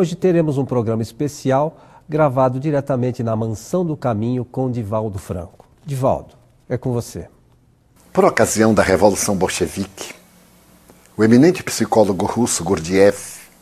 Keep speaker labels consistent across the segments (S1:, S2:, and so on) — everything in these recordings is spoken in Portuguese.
S1: hoje teremos um programa especial gravado diretamente na Mansão do Caminho com Divaldo Franco. Divaldo, é com você.
S2: Por ocasião da Revolução Bolchevique, o eminente psicólogo russo Gurdjieff,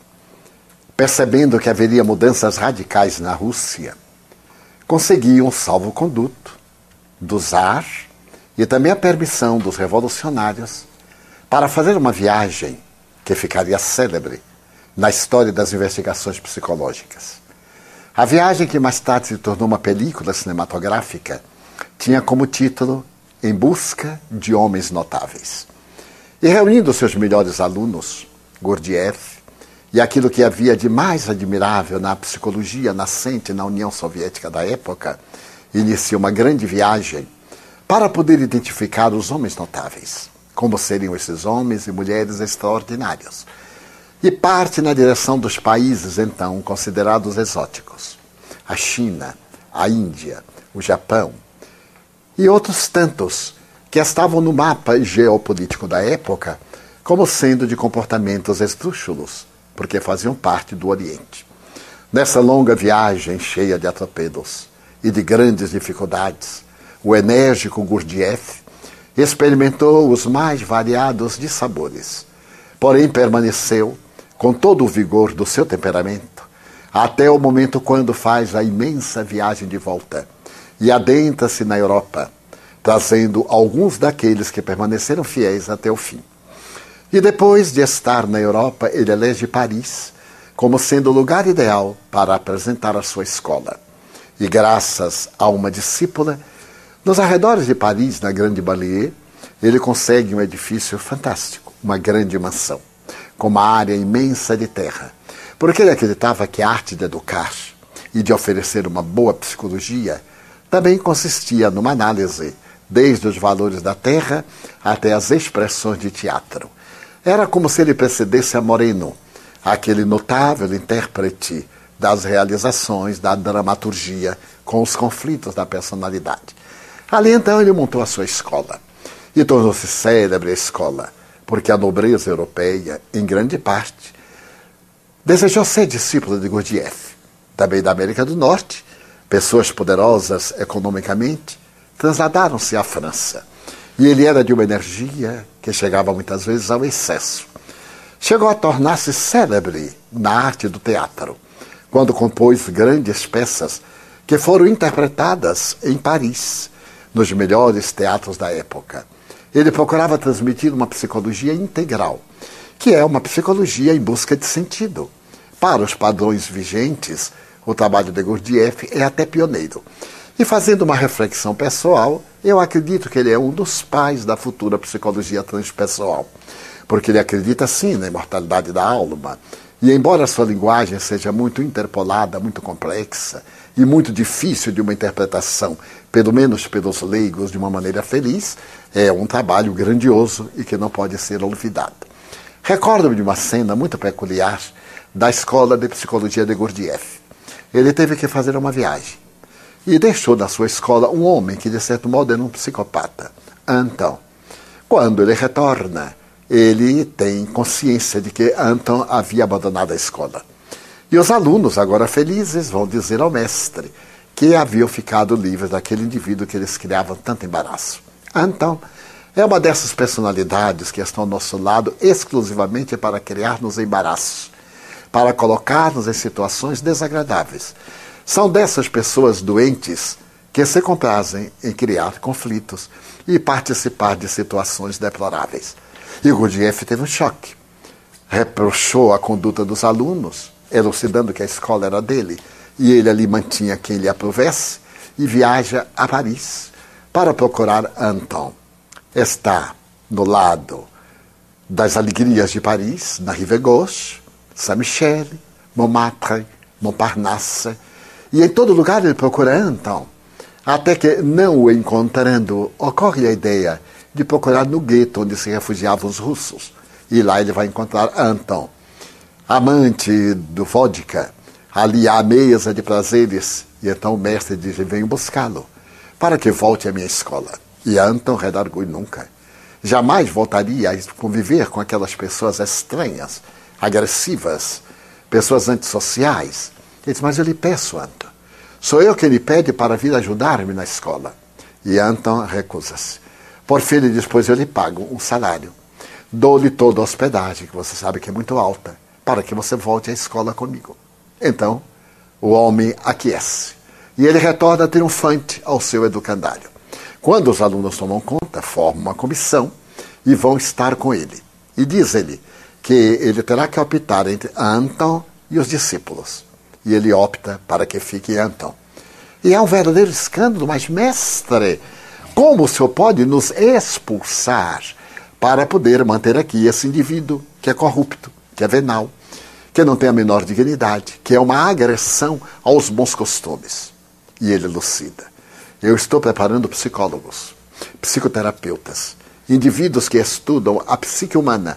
S2: percebendo que haveria mudanças radicais na Rússia, conseguiu um salvo-conduto do Tsar e também a permissão dos revolucionários para fazer uma viagem que ficaria célebre na história das investigações psicológicas. A viagem, que mais tarde se tornou uma película cinematográfica, tinha como título Em Busca de Homens Notáveis. E reunindo seus melhores alunos, Gurdjieff, e aquilo que havia de mais admirável na psicologia nascente na União Soviética da época, inicia uma grande viagem para poder identificar os homens notáveis, como seriam esses homens e mulheres extraordinários, e parte na direção dos países então considerados exóticos, a China, a Índia, o Japão e outros tantos que estavam no mapa geopolítico da época como sendo de comportamentos esdrúxulos, porque faziam parte do Oriente. Nessa longa viagem cheia de atropelos e de grandes dificuldades, o enérgico Gurdjieff experimentou os mais variados de sabores, porém permaneceu com todo o vigor do seu temperamento até o momento quando faz a imensa viagem de volta e adentra-se na Europa, trazendo alguns daqueles que permaneceram fiéis até o fim. E depois de estar na Europa, ele elege Paris como sendo o lugar ideal para apresentar a sua escola. E graças a uma discípula, nos arredores de Paris, na Grande Banlieue, ele consegue um edifício fantástico, uma grande mansão, com uma área imensa de terra, porque ele acreditava que a arte de educar e de oferecer uma boa psicologia também consistia numa análise, desde os valores da terra até as expressões de teatro. Era como se ele precedesse a Moreno, aquele notável intérprete das realizações da dramaturgia com os conflitos da personalidade. Ali então ele montou a sua escola e tornou-se célebre a escola, porque a nobreza europeia, em grande parte, desejou ser discípula de Gurdjieff. Também da América do Norte, pessoas poderosas economicamente trasladaram-se à França. E ele era de uma energia que chegava muitas vezes ao excesso. Chegou a tornar-se célebre na arte do teatro, quando compôs grandes peças que foram interpretadas em Paris, nos melhores teatros da época. Ele procurava transmitir uma psicologia integral, que é uma psicologia em busca de sentido. Para os padrões vigentes, o trabalho de Gurdjieff é até pioneiro. E fazendo uma reflexão pessoal, eu acredito que ele é um dos pais da futura psicologia transpessoal, porque ele acredita sim na imortalidade da alma. E embora a sua linguagem seja muito interpolada, muito complexa e muito difícil de uma interpretação, pelo menos pelos leigos, de uma maneira feliz, é um trabalho grandioso e que não pode ser olvidado. Recordo-me de uma cena muito peculiar da escola de psicologia de Gurdjieff. Ele teve que fazer uma viagem e deixou na sua escola um homem que, de certo modo, era um psicopata. Então, quando ele retorna, ele tem consciência de que Anton havia abandonado a escola. E os alunos, agora felizes, vão dizer ao mestre que haviam ficado livres daquele indivíduo que eles criavam tanto embaraço. Anton é uma dessas personalidades que estão ao nosso lado exclusivamente para criar-nos embaraços, para colocar-nos em situações desagradáveis. São dessas pessoas doentes que se comprazem em criar conflitos e participar de situações deploráveis. E Gurdjieff teve um choque. Reprochou a conduta dos alunos, elucidando que a escola era dele, e ele ali mantinha quem lhe aprovesse, e viaja a Paris para procurar Anton. Está no lado das alegrias de Paris, na Rive Gauche, Saint-Michel, Montmartre, Montparnasse, e em todo lugar ele procura Anton, até que, não o encontrando, ocorre a ideia de procurar no gueto onde se refugiavam os russos, e lá ele vai encontrar Anton, amante do vodka. Ali há a mesa de prazeres, e então o mestre diz: venho buscá-lo, para que volte à minha escola. E Anton redargui nunca. Jamais voltaria a conviver com aquelas pessoas estranhas, agressivas, pessoas antissociais. Ele diz, mas eu lhe peço, Anton. Sou eu quem lhe pede para vir ajudar-me na escola. E Anton recusa-se. Porfírio diz, pois eu lhe pago um salário. Dou-lhe toda a hospedagem, que você sabe que é muito alta, para que você volte à escola comigo. Então, o homem aquece. E ele retorna triunfante ao seu educandário. Quando os alunos tomam conta, formam uma comissão e vão estar com ele. E diz ele que ele terá que optar entre Anton e os discípulos. E ele opta para que fique Anton. E é um verdadeiro escândalo, mas mestre, como o senhor pode nos expulsar para poder manter aqui esse indivíduo que é corrupto, que é venal, que não tem a menor dignidade, que é uma agressão aos bons costumes? E ele elucida. Eu estou preparando psicólogos, psicoterapeutas, indivíduos que estudam a psique humana.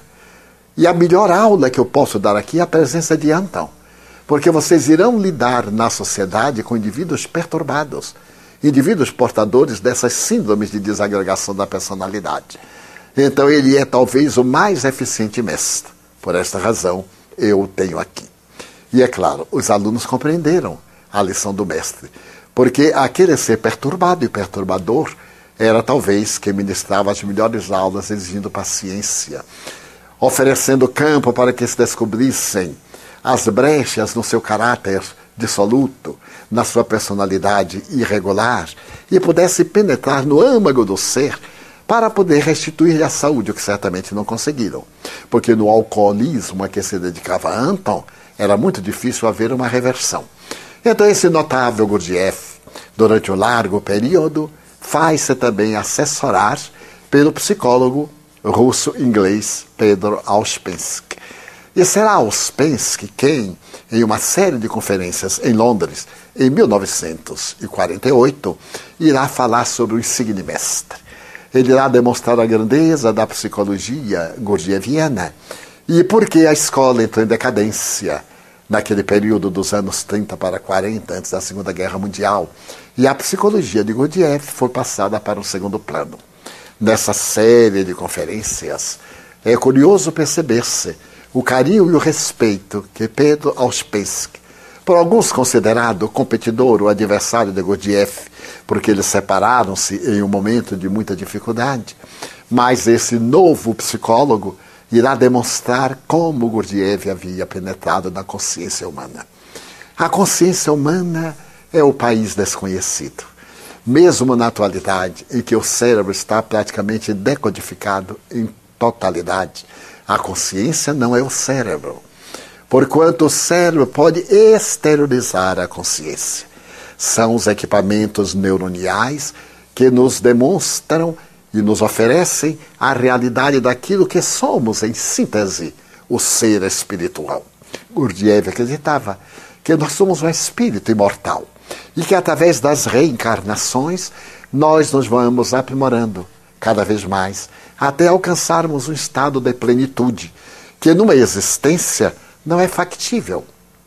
S2: E a melhor aula que eu posso dar aqui é a presença de Anton. Porque vocês irão lidar na sociedade com indivíduos perturbados, indivíduos portadores dessas síndromes de desagregação da personalidade. Então ele é talvez o mais eficiente mestre. Por esta razão, eu o tenho aqui. E é claro, os alunos compreenderam a lição do mestre, porque aquele ser perturbado e perturbador era talvez quem ministrava as melhores aulas, exigindo paciência, oferecendo campo para que se descobrissem as brechas no seu caráter dissoluto, na sua personalidade irregular, e pudesse penetrar no âmago do ser para poder restituir-lhe a saúde, o que certamente não conseguiram. Porque no alcoolismo a que se dedicava Anton, era muito difícil haver uma reversão. Então esse notável Gurdjieff, durante um largo período, faz-se também assessorar pelo psicólogo russo-inglês Pedro Auspensky. E será Auspensky quem, em uma série de conferências em Londres, em 1948, irá falar sobre o insigne mestre. Ele irá demonstrar a grandeza da psicologia gurdjieffiana e por que a escola entrou em decadência naquele período dos anos 30 para 40, antes da Segunda Guerra Mundial. E a psicologia de Gurdjieff foi passada para um segundo plano. Nessa série de conferências, é curioso perceber-se o carinho e o respeito que Pedro Auspensky, por alguns considerado competidor ou adversário de Gurdjieff, porque eles separaram-se em um momento de muita dificuldade, mas esse novo psicólogo irá demonstrar como Gurdjieff havia penetrado na consciência humana. A consciência humana é o país desconhecido. Mesmo na atualidade, em que o cérebro está praticamente decodificado em totalidade, a consciência não é o cérebro, porquanto o cérebro pode exteriorizar a consciência. São os equipamentos neuroniais que nos demonstram e nos oferecem a realidade daquilo que somos, em síntese, o ser espiritual. Gurdjieff acreditava que nós somos um espírito imortal e que através das reencarnações nós nos vamos aprimorando cada vez mais até alcançarmos um estado de plenitude que numa existência não é factível.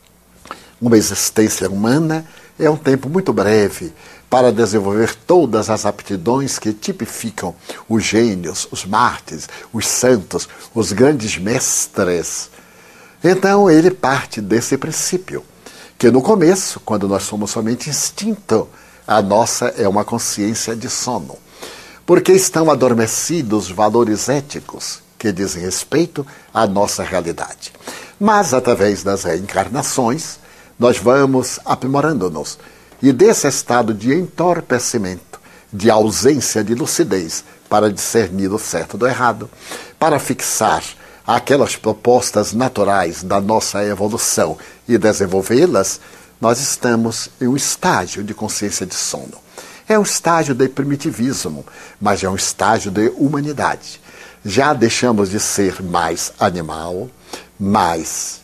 S2: Uma existência humana é um tempo muito breve para desenvolver todas as aptidões que tipificam os gênios, os mártires, os santos, os grandes mestres. Então ele parte desse princípio, que no começo, quando nós somos somente instinto, a nossa é uma consciência de sono, porque estão adormecidos valores éticos que dizem respeito à nossa realidade. Mas através das reencarnações, nós vamos aprimorando-nos, e desse estado de entorpecimento, de ausência de lucidez para discernir o certo do errado, para fixar aquelas propostas naturais da nossa evolução e desenvolvê-las, nós estamos em um estágio de consciência de sono. É um estágio de primitivismo, mas é um estágio de humanidade. Já deixamos de ser mais animal, mais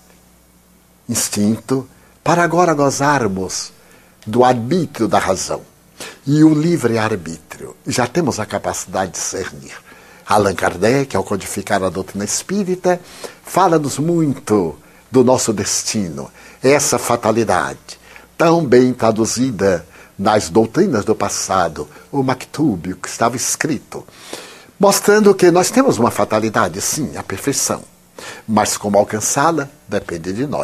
S2: instinto, para agora gozarmos do arbítrio da razão. E o livre-arbítrio, já temos a capacidade de discernir. Allan Kardec, ao codificar a doutrina espírita, fala-nos muito do nosso destino, essa fatalidade, tão bem traduzida nas doutrinas do passado, o Maktub, que estava escrito, mostrando que nós temos uma fatalidade, sim, a perfeição, mas como alcançá-la depende de nós.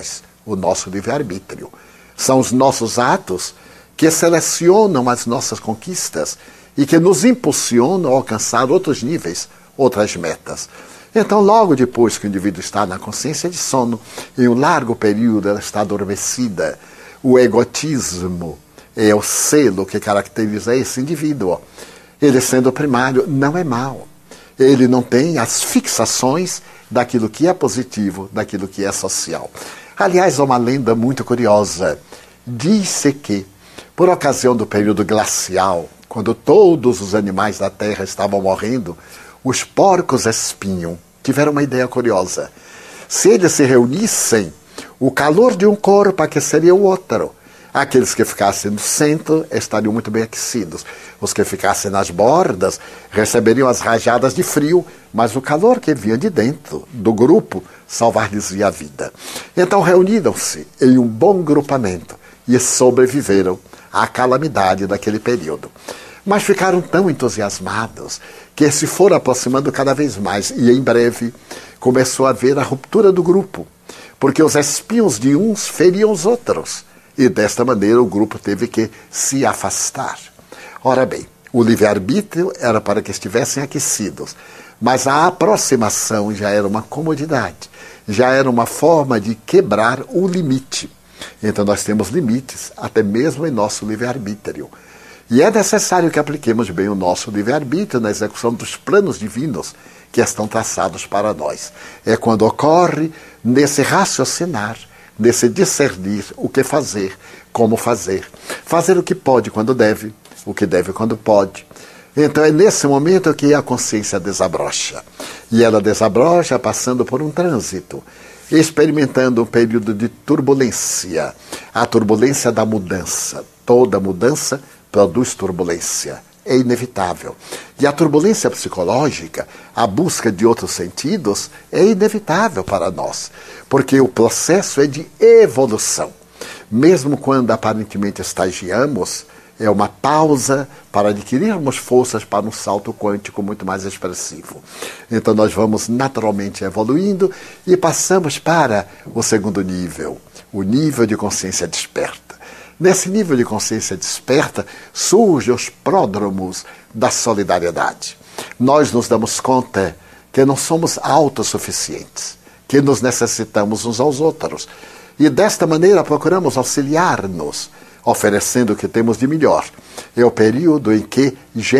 S2: o nosso livre-arbítrio. São os nossos atos que selecionam as nossas conquistas e que nos impulsionam a alcançar outros níveis, outras metas. Então, logo depois que o indivíduo está na consciência de sono, em um largo período ela está adormecida, o egotismo é o selo que caracteriza esse indivíduo. Ele, sendo primário, não é mau. Ele não tem as fixações daquilo que é positivo, daquilo que é social. Aliás, há uma lenda muito curiosa. Diz-se que, por ocasião do período glacial, quando todos os animais da Terra estavam morrendo, os porcos espinho tiveram uma ideia curiosa. Se eles se reunissem, o calor de um corpo aqueceria o outro. Aqueles que ficassem no centro estariam muito bem aquecidos. Os que ficassem nas bordas receberiam as rajadas de frio, mas o calor que vinha de dentro do grupo salvar-lhes a vida. Então reuniram-se em um bom grupamento e sobreviveram à calamidade daquele período. Mas ficaram tão entusiasmados que se foram aproximando cada vez mais e em breve começou a haver a ruptura do grupo, porque os espinhos de uns feriam os outros. E desta maneira o grupo teve que se afastar. Ora bem, o livre-arbítrio era para que estivessem aquecidos, mas a aproximação já era uma comodidade, já era uma forma de quebrar o limite. Então nós temos limites, até mesmo em nosso livre-arbítrio. E é necessário que apliquemos bem o nosso livre-arbítrio na execução dos planos divinos que estão traçados para nós. É quando ocorre nesse raciocinar, nesse discernir o que fazer, como fazer. Fazer o que pode quando deve, o que deve quando pode. Então é nesse momento que a consciência desabrocha. E ela desabrocha passando por um trânsito, experimentando um período de turbulência. A turbulência da mudança. Toda mudança produz turbulência. É inevitável. E a turbulência psicológica, a busca de outros sentidos, é inevitável para nós, porque o processo é de evolução. Mesmo quando aparentemente estagiamos, é uma pausa para adquirirmos forças para um salto quântico muito mais expressivo. Então nós vamos naturalmente evoluindo e passamos para o segundo nível, o nível de consciência desperta. Nesse nível de consciência desperta, surgem os pródromos da solidariedade. Nós nos damos conta que não somos autossuficientes, que nos necessitamos uns aos outros. E desta maneira procuramos auxiliar-nos, oferecendo o que temos de melhor. É o período em que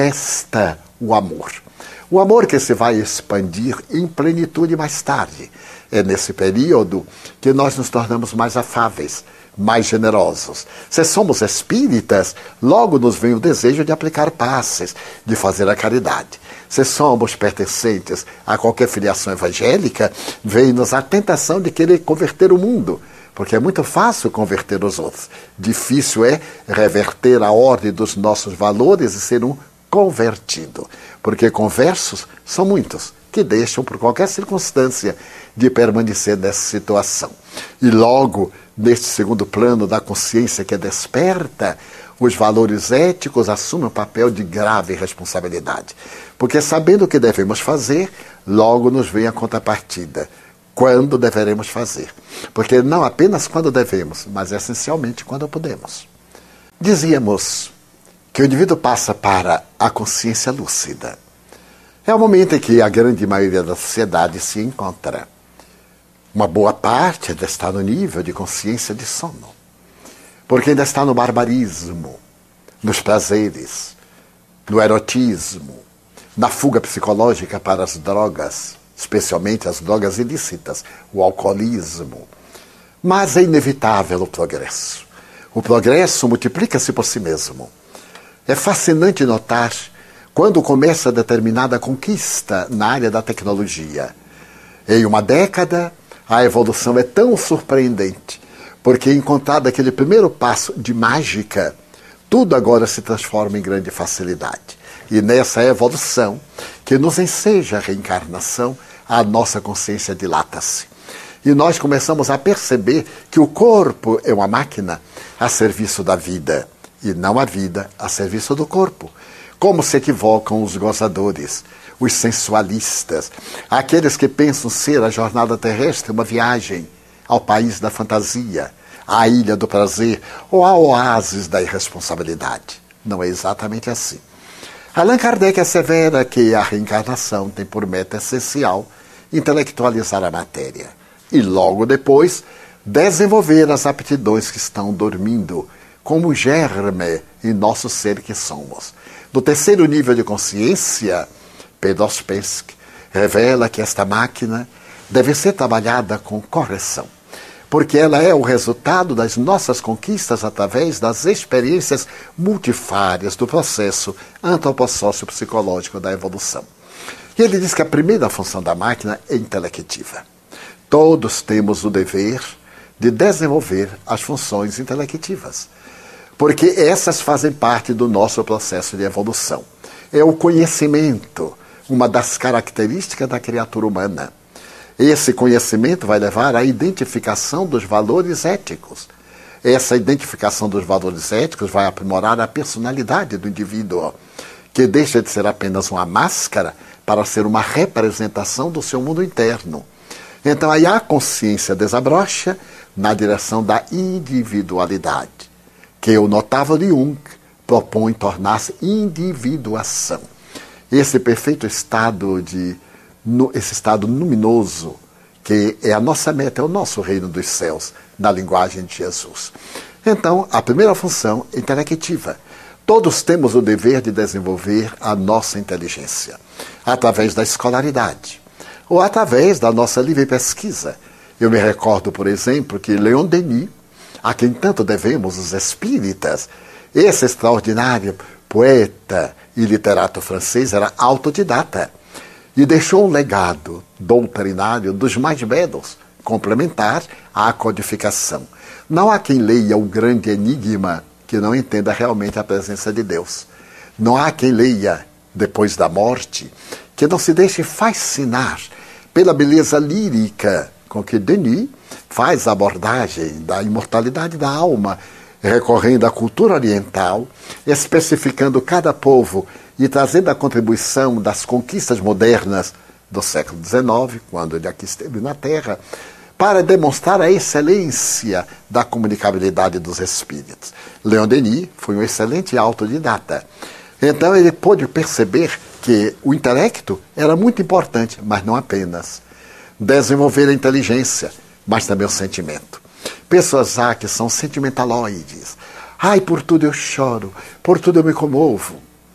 S2: gesta o amor. O amor que se vai expandir em plenitude mais tarde. É nesse período que nós nos tornamos mais afáveis, mais generosos. Se somos espíritas, logo nos vem o desejo de aplicar passes, de fazer a caridade. Se somos pertencentes a qualquer filiação evangélica, vem-nos a tentação de querer converter o mundo, porque é muito fácil converter os outros. Difícil é reverter a ordem dos nossos valores e ser um convertido, porque conversos são muitos que deixam por qualquer circunstância de permanecer nessa situação. E logo, neste segundo plano da consciência que desperta, os valores éticos assumem um papel de grave responsabilidade. Porque sabendo o que devemos fazer, logo nos vem a contrapartida. Quando deveremos fazer. Porque não apenas quando devemos, mas essencialmente quando podemos. Dizíamos que o indivíduo passa para a consciência lúcida. É o momento em que a grande maioria da sociedade se encontra. Uma boa parte ainda está no nível de consciência de sono, porque ainda está no barbarismo, nos prazeres, no erotismo, na fuga psicológica para as drogas, especialmente as drogas ilícitas, o alcoolismo. Mas é inevitável o progresso. O progresso multiplica-se por si mesmo. É fascinante notar quando começa determinada conquista na área da tecnologia. Em uma década, a evolução é tão surpreendente, porque encontrado aquele primeiro passo de mágica, tudo agora se transforma em grande facilidade. E nessa evolução, que nos enseja a reencarnação, a nossa consciência dilata-se. E nós começamos a perceber que o corpo é uma máquina a serviço da vida, e não a vida a serviço do corpo. Como se equivocam os gozadores, os sensualistas, aqueles que pensam ser a jornada terrestre uma viagem, ao país da fantasia, à ilha do prazer ou ao oásis da irresponsabilidade. Não é exatamente assim. Allan Kardec assevera que a reencarnação tem por meta essencial intelectualizar a matéria e, logo depois, desenvolver as aptidões que estão dormindo, como o germe em nosso ser que somos. No terceiro nível de consciência, Pedro Ouspensky revela que esta máquina deve ser trabalhada com correção, porque ela é o resultado das nossas conquistas através das experiências multifárias do processo antropossócio-psicológico da evolução. E ele diz que a primeira função da máquina é intelectiva. Todos temos o dever de desenvolver as funções intelectivas, porque essas fazem parte do nosso processo de evolução. É o conhecimento, uma das características da criatura humana. Esse conhecimento vai levar à identificação dos valores éticos. Essa identificação dos valores éticos vai aprimorar a personalidade do indivíduo, que deixa de ser apenas uma máscara para ser uma representação do seu mundo interno. Então aí a consciência desabrocha na direção da individualidade, que o notável de Jung propõe tornar-se individuação. Esse perfeito estado esse estado luminoso, que é a nossa meta, é o nosso reino dos céus, na linguagem de Jesus. Então, a primeira função é intelectiva. Todos temos o dever de desenvolver a nossa inteligência, através da escolaridade, ou através da nossa livre pesquisa. Eu me recordo, por exemplo, que Leon Denis, a quem tanto devemos os espíritas, esse extraordinário poeta e literato francês era autodidata e deixou um legado doutrinário dos mais belos, complementar à codificação. Não há quem leia o grande enigma que não entenda realmente a presença de Deus. Não há quem leia, depois da morte, que não se deixe fascinar pela beleza lírica com que Denis faz a abordagem da imortalidade da alma, recorrendo à cultura oriental, especificando cada povo e trazendo a contribuição das conquistas modernas do século XIX, quando ele aqui esteve na Terra, para demonstrar a excelência da comunicabilidade dos espíritos. Leon Denis foi um excelente autodidata. Então ele pôde perceber que o intelecto era muito importante, mas não apenas. Desenvolver a inteligência, mas também o sentimento. Pessoas que são sentimentaloides. Ai, por tudo eu choro, por tudo eu me comovo.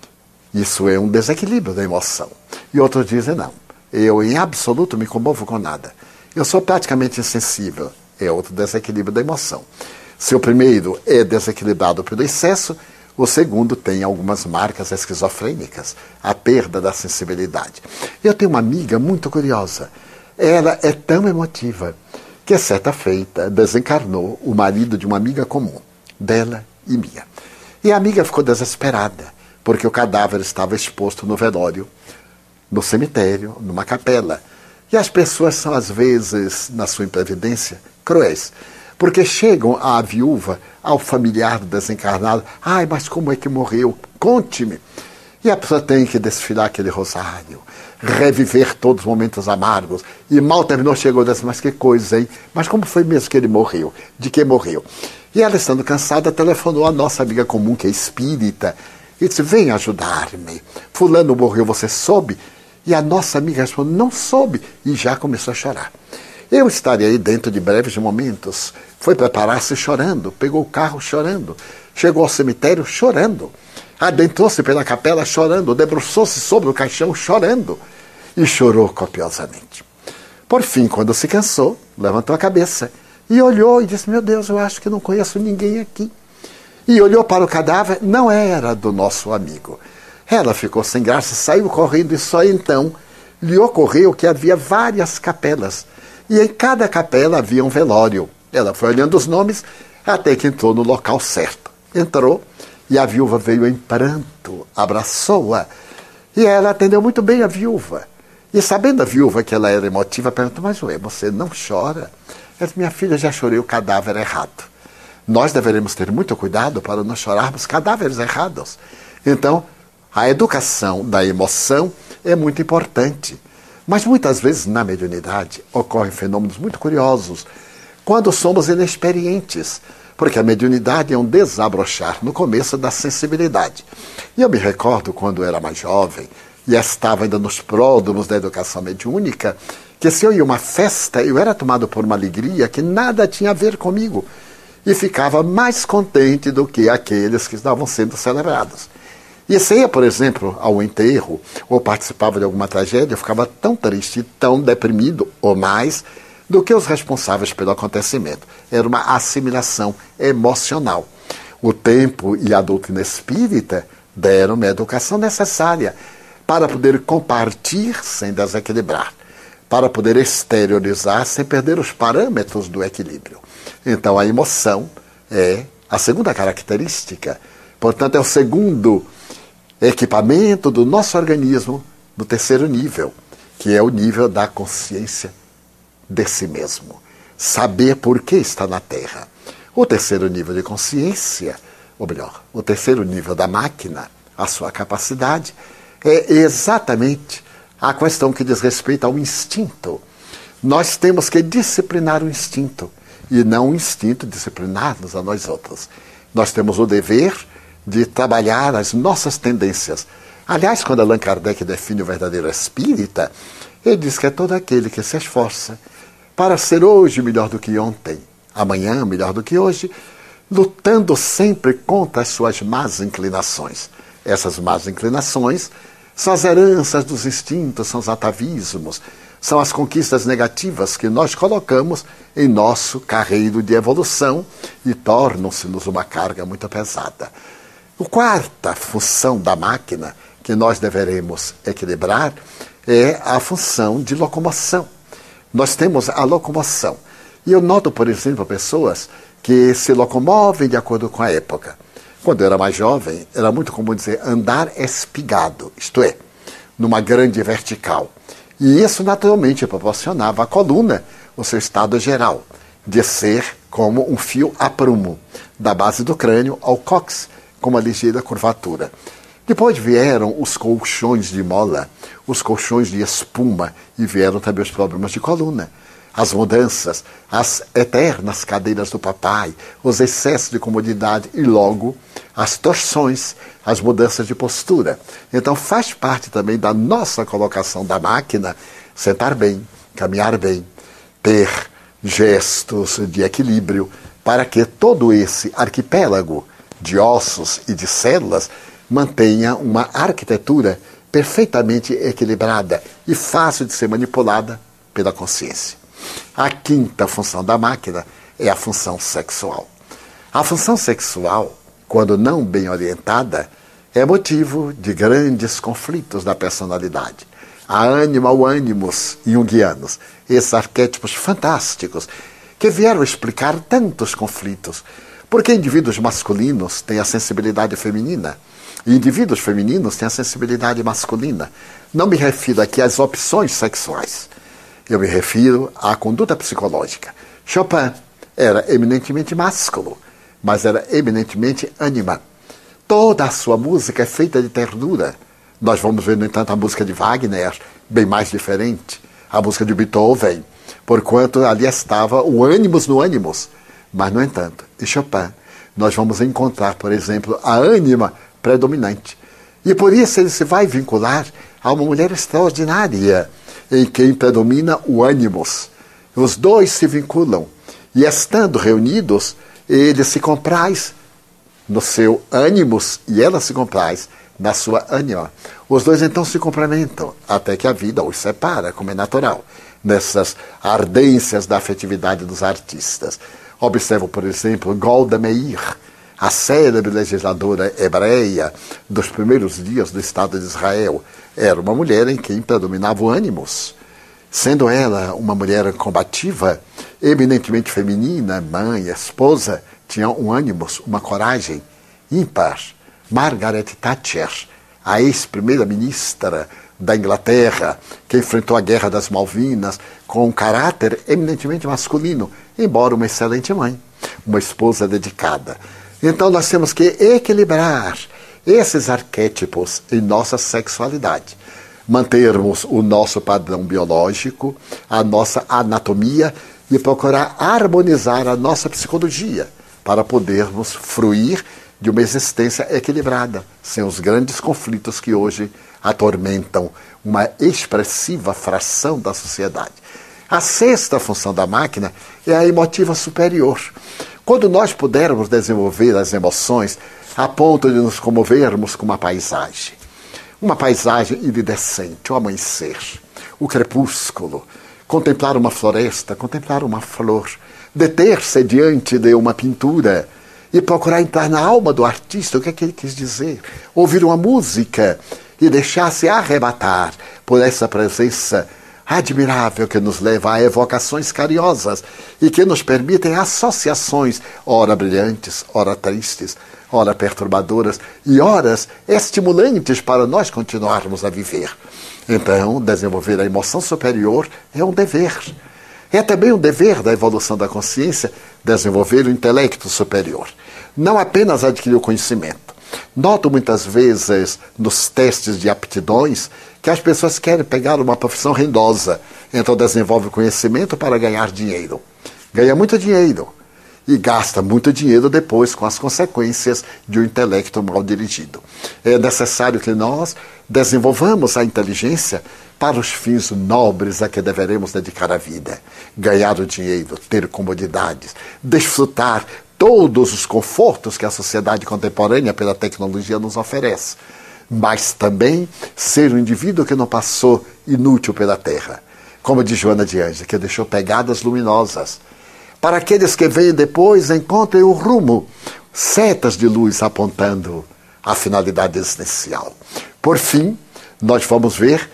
S2: Isso é um desequilíbrio da emoção. E outros dizem, não, eu em absoluto me comovo com nada. Eu sou praticamente insensível. É outro desequilíbrio da emoção. Se o primeiro é desequilibrado pelo excesso, o segundo tem algumas marcas esquizofrênicas, a perda da sensibilidade. Eu tenho uma amiga muito curiosa. Ela é tão emotiva que, certa feita, desencarnou o marido de uma amiga comum, dela e minha. E a amiga ficou desesperada, porque o cadáver estava exposto no velório, no cemitério, numa capela. E as pessoas são, às vezes, na sua imprevidência, cruéis, porque chegam à viúva, ao familiar do desencarnado, ai, mas como é que morreu? Conte-me. E a pessoa tem que desfilar aquele rosário, reviver todos os momentos amargos. E mal terminou, chegou e disse, mas que coisa, hein? Mas como foi mesmo que ele morreu? De que morreu? E ela, estando cansada, telefonou à nossa amiga comum, que é espírita, e disse, vem ajudar-me. Fulano morreu, você soube? E a nossa amiga respondeu, não soube. E já começou a chorar. Eu estaria aí dentro de breves momentos. Foi preparar-se chorando, pegou o carro chorando, chegou ao cemitério chorando, adentrou-se pela capela chorando, debruçou-se sobre o caixão chorando e chorou copiosamente. Por fim, quando se cansou, levantou a cabeça e olhou e disse, meu Deus, eu acho que não conheço ninguém aqui. E olhou para o cadáver, não era do nosso amigo. Ela ficou sem graça, saiu correndo e só então lhe ocorreu que havia várias capelas. E em cada capela havia um velório. Ela foi olhando os nomes até que entrou no local certo. Entrou e a viúva veio em pranto, abraçou-a. E ela atendeu muito bem a viúva. E sabendo a viúva que ela era emotiva, perguntou, mas ué, você não chora? Ela disse, minha filha, já chorei o cadáver errado. Nós deveremos ter muito cuidado para não chorarmos cadáveres errados. Então, a educação da emoção é muito importante. Mas muitas vezes na mediunidade ocorrem fenômenos muito curiosos, quando somos inexperientes, porque a mediunidade é um desabrochar no começo da sensibilidade. E eu me recordo quando eu era mais jovem e estava ainda nos pródromos da educação mediúnica, que se eu ia a uma festa, eu era tomado por uma alegria que nada tinha a ver comigo e ficava mais contente do que aqueles que estavam sendo celebrados. E se ia, por exemplo, ao enterro ou participava de alguma tragédia, eu ficava tão triste, tão deprimido ou mais do que os responsáveis pelo acontecimento. Era uma assimilação emocional. O tempo e a doutrina espírita deram-me a educação necessária para poder compartilhar sem desequilibrar, para poder exteriorizar sem perder os parâmetros do equilíbrio. Então a emoção é a segunda característica, portanto é o segundo equipamento do nosso organismo no terceiro nível, que é o nível da consciência de si mesmo. Saber por que está na Terra. O terceiro nível de consciência, ou melhor, o terceiro nível da máquina, a sua capacidade, é exatamente a questão que diz respeito ao instinto. Nós temos que disciplinar o instinto, e não o instinto disciplinar-nos a nós outros. Nós temos o dever de trabalhar as nossas tendências. Aliás, quando Allan Kardec define o verdadeiro espírita, ele diz que é todo aquele que se esforça para ser hoje melhor do que ontem, amanhã melhor do que hoje, lutando sempre contra as suas más inclinações. Essas más inclinações são as heranças dos instintos, são os atavismos, são as conquistas negativas que nós colocamos em nosso carreiro de evolução e tornam-se-nos uma carga muito pesada. A quarta função da máquina que nós deveremos equilibrar é a função de locomoção. Nós temos a locomoção. E eu noto, por exemplo, pessoas que se locomovem de acordo com a época. Quando eu era mais jovem, era muito comum dizer andar espigado, isto é, numa grande vertical. E isso naturalmente proporcionava à coluna o seu estado geral, de ser como um fio a prumo, da base do crânio ao cóccix, com uma ligeira curvatura. Depois vieram os colchões de mola, os colchões de espuma, e vieram também os problemas de coluna. As mudanças, as eternas cadeiras do papai, os excessos de comodidade e logo as torções, as mudanças de postura. Então faz parte também da nossa colocação da máquina sentar bem, caminhar bem, ter gestos de equilíbrio para que todo esse arquipélago de ossos e de células mantenha uma arquitetura perfeitamente equilibrada e fácil de ser manipulada pela consciência. A quinta função da máquina é a função sexual. A função sexual, quando não bem orientada, é motivo de grandes conflitos da personalidade. A ânima, o ânimos junguianos, esses arquétipos fantásticos que vieram explicar tantos conflitos, porque indivíduos masculinos têm a sensibilidade feminina e indivíduos femininos têm a sensibilidade masculina. Não me refiro aqui às opções sexuais. Eu me refiro à conduta psicológica. Chopin era eminentemente másculo, mas era eminentemente ânima. Toda a sua música é feita de ternura. Nós vamos ver, no entanto, a música de Wagner, bem mais diferente. A música de Beethoven, porquanto ali estava o ânimos no ânimos. Mas, no entanto, em Chopin, nós vamos encontrar, por exemplo, a ânima predominante. E por isso ele se vai vincular a uma mulher extraordinária, em quem predomina o ânimos. Os dois se vinculam, e estando reunidos, ele se compraz no seu ânimos e ela se compraz na sua ânima. Os dois então se complementam, até que a vida os separa, como é natural, nessas ardências da afetividade dos artistas. Observo, por exemplo, Golda Meir, a célebre legisladora hebreia dos primeiros dias do Estado de Israel. Era uma mulher em quem predominava o ânimos. Sendo ela uma mulher combativa, eminentemente feminina, mãe, esposa, tinha um ânimos, uma coragem ímpar. Margaret Thatcher, a ex-primeira-ministra da Inglaterra, que enfrentou a Guerra das Malvinas com um caráter eminentemente masculino, embora uma excelente mãe, uma esposa dedicada. Então nós temos que equilibrar esses arquétipos em nossa sexualidade. Mantermos o nosso padrão biológico, a nossa anatomia e procurar harmonizar a nossa psicologia para podermos fruir de uma existência equilibrada, sem os grandes conflitos que hoje atormentam uma expressiva fração da sociedade. A sexta função da máquina é a emotiva superior. Quando nós pudermos desenvolver as emoções a ponto de nos comovermos com uma paisagem iridescente, o amanhecer, o crepúsculo, contemplar uma floresta, contemplar uma flor, deter-se diante de uma pintura e procurar entrar na alma do artista, o que é que ele quis dizer, ouvir uma música e deixar-se arrebatar por essa presença admirável que nos leva a evocações carinhosas e que nos permitem associações, ora brilhantes, ora tristes, ora perturbadoras e horas estimulantes para nós continuarmos a viver. Então, desenvolver a emoção superior é um dever. É também um dever da evolução da consciência desenvolver o intelecto superior. Não apenas adquirir o conhecimento. Noto muitas vezes nos testes de aptidões que as pessoas querem pegar uma profissão rendosa, então desenvolve o conhecimento para ganhar dinheiro. Ganha muito dinheiro e gasta muito dinheiro depois com as consequências de um intelecto mal dirigido. É necessário que nós desenvolvamos a inteligência para os fins nobres a que deveremos dedicar a vida. Ganhar o dinheiro, ter comodidades, desfrutar todos os confortos que a sociedade contemporânea pela tecnologia nos oferece. Mas também ser um indivíduo que não passou inútil pela terra. Como diz Joana de Ângeles, que deixou pegadas luminosas. Para aqueles que vêm depois, encontrem o rumo, setas de luz apontando a finalidade existencial. Por fim, nós vamos ver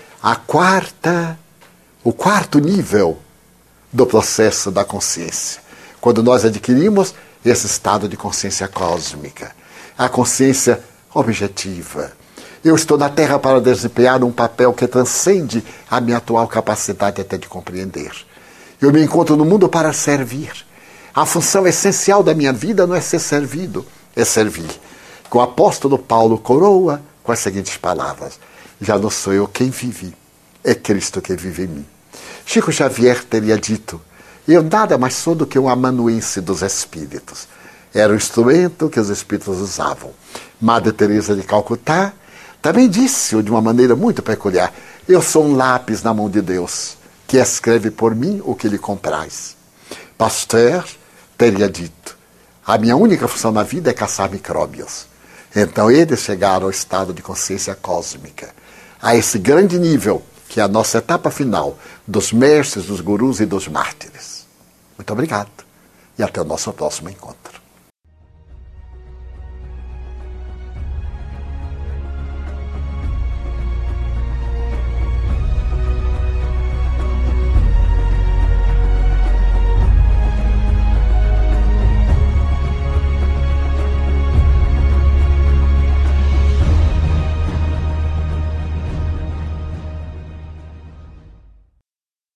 S2: o quarto nível do processo da consciência. Quando nós adquirimos esse estado de consciência cósmica, a consciência objetiva. Eu estou na Terra para desempenhar um papel que transcende a minha atual capacidade até de compreender. Eu me encontro no mundo para servir. A função essencial da minha vida não é ser servido, é servir. O apóstolo Paulo coroa com as seguintes palavras: já não sou eu quem vive, é Cristo que vive em mim. Chico Xavier teria dito: eu nada mais sou do que um amanuense dos espíritos. Era o instrumento que os espíritos usavam. Madre Teresa de Calcutá também disse de uma maneira muito peculiar: eu sou um lápis na mão de Deus, que escreve por mim o que lhe compraz. Pasteur teria dito: a minha única função na vida é caçar micróbios. Então eles chegaram ao estado de consciência cósmica, a esse grande nível, que é a nossa etapa final dos mestres, dos gurus e dos mártires. Muito obrigado e até o nosso próximo encontro.